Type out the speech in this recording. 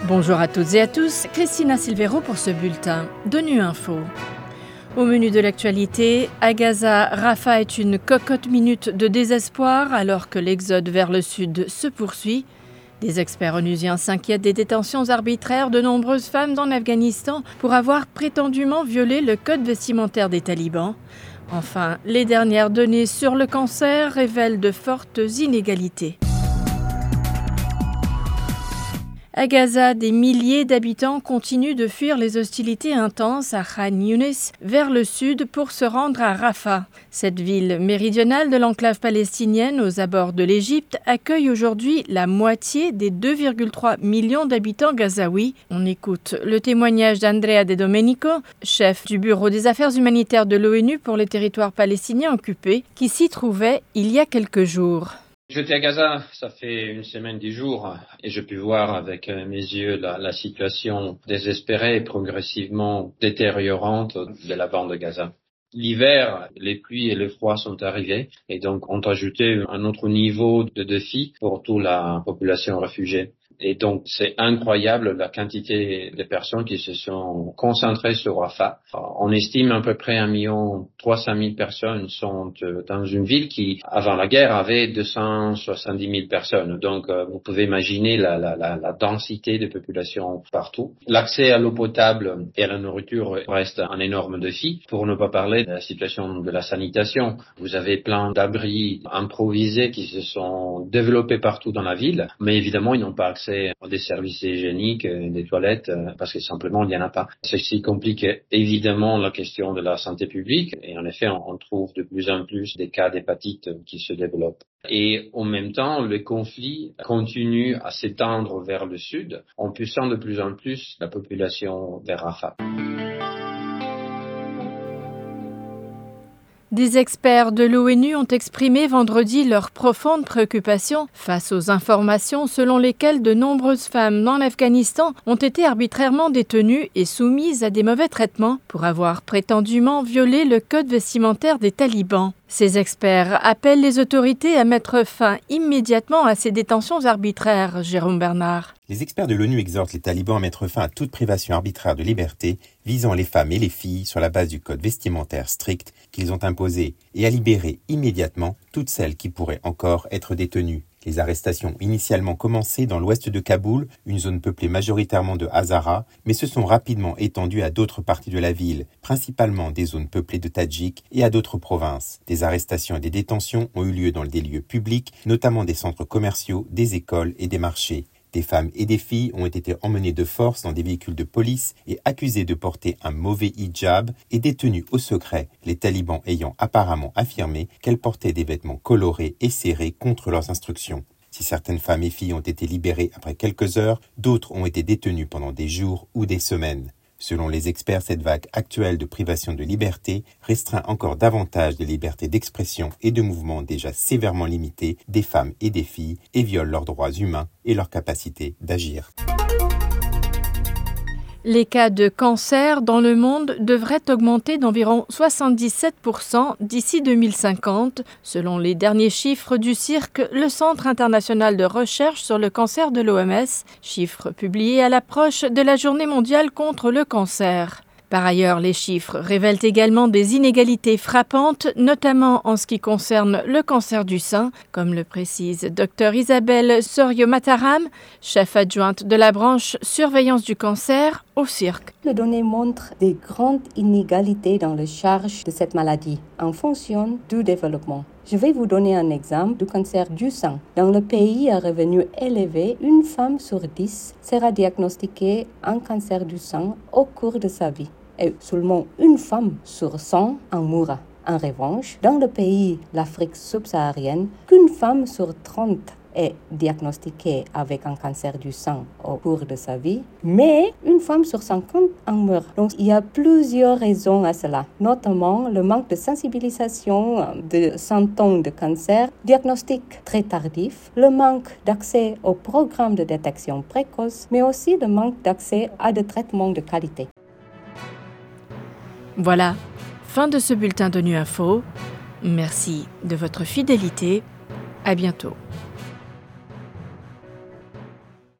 Bonjour à toutes et à tous, Christina Silvero pour ce bulletin d'ONU Info. Au menu de l'actualité, à Gaza, Rafah est une cocotte minute de désespoir alors que l'exode vers le sud se poursuit. Des experts onusiens s'inquiètent des détentions arbitraires de nombreuses femmes en Afghanistan pour avoir prétendument violé le code vestimentaire des talibans. Enfin, les dernières données sur le cancer révèlent de fortes inégalités. À Gaza, des milliers d'habitants continuent de fuir les hostilités intenses à Khan Younis vers le sud pour se rendre à Rafah. Cette ville méridionale de l'enclave palestinienne aux abords de l'Égypte accueille aujourd'hui la moitié des 2,3 millions d'habitants gazaouis. On écoute le témoignage d'Andrea De Domenico, chef du bureau des affaires humanitaires de l'ONU pour les territoires palestiniens occupés, qui s'y trouvait il y a quelques jours. J'étais à Gaza, ça fait une semaine, 10 jours, et j'ai pu voir avec mes yeux la situation désespérée et progressivement détériorante de la bande de Gaza. L'hiver, les pluies et le froid sont arrivés et donc ont ajouté un autre niveau de défi pour toute la population réfugiée. Et donc, c'est incroyable la quantité de personnes qui se sont concentrées sur Rafah. On estime à peu près 1,3 million personnes sont dans une ville qui, avant la guerre, avait 270 000 personnes. Donc, vous pouvez imaginer la densité de population partout. L'accès à l'eau potable et à la nourriture reste un énorme défi. Pour ne pas parler de la situation de la sanitation. Vous avez plein d'abris improvisés qui se sont développés partout dans la ville, mais évidemment, ils n'ont pas accès à des services hygiéniques, des toilettes, parce que simplement, il n'y en a pas. Ceci complique évidemment la question de la santé publique, et en effet, on trouve de plus en plus des cas d'hépatite qui se développent. Et en même temps, le conflit continue à s'étendre vers le sud, en poussant de plus en plus la population vers Rafah. Des experts de l'ONU ont exprimé vendredi leur profonde préoccupation face aux informations selon lesquelles de nombreuses femmes en Afghanistan ont été arbitrairement détenues et soumises à des mauvais traitements pour avoir prétendument violé le code vestimentaire des talibans. Ces experts appellent les autorités à mettre fin immédiatement à ces détentions arbitraires, Jérôme Bernard. Les experts de l'ONU exhortent les talibans à mettre fin à toute privation arbitraire de liberté visant les femmes et les filles sur la base du code vestimentaire strict qu'ils ont imposé et à libérer immédiatement toutes celles qui pourraient encore être détenues. Les arrestations initialement commencées dans l'ouest de Kaboul, une zone peuplée majoritairement de Hazaras, mais se sont rapidement étendues à d'autres parties de la ville, principalement des zones peuplées de Tadjiks et à d'autres provinces. Des arrestations et des détentions ont eu lieu dans des lieux publics, notamment des centres commerciaux, des écoles et des marchés. Des femmes et des filles ont été emmenées de force dans des véhicules de police et accusées de porter un mauvais hijab et détenues au secret, les talibans ayant apparemment affirmé qu'elles portaient des vêtements colorés et serrés contre leurs instructions. Si certaines femmes et filles ont été libérées après quelques heures, d'autres ont été détenues pendant des jours ou des semaines. Selon les experts, cette vague actuelle de privation de liberté restreint encore davantage les libertés d'expression et de mouvement déjà sévèrement limitées des femmes et des filles et viole leurs droits humains et leur capacité d'agir. Les cas de cancer dans le monde devraient augmenter d'environ 77% d'ici 2050, selon les derniers chiffres du CIRC, le Centre international de recherche sur le cancer de l'OMS, chiffres publiés à l'approche de la Journée mondiale contre le cancer. Par ailleurs, les chiffres révèlent également des inégalités frappantes, notamment en ce qui concerne le cancer du sein, comme le précise Dr Isabelle Sorio-Mataram, chef adjointe de la branche surveillance du cancer au CIRC. Les données montrent des grandes inégalités dans la charge de cette maladie en fonction du développement. Je vais vous donner un exemple du cancer du sein. Dans le pays à revenu élevé, une femme sur 10 sera diagnostiquée un cancer du sein au cours de sa vie. Et seulement une femme sur 100 en mourra. En revanche, dans le pays, l'Afrique subsaharienne, qu'une femme sur 30 est diagnostiquée avec un cancer du sein au cours de sa vie, mais une femme sur 50 en meurt. Donc, il y a plusieurs raisons à cela, notamment le manque de sensibilisation de symptômes de cancer, diagnostic très tardif, le manque d'accès aux programmes de détection précoce, mais aussi le manque d'accès à des traitements de qualité. Voilà, fin de ce bulletin d'ONU Info. Merci de votre fidélité. À bientôt.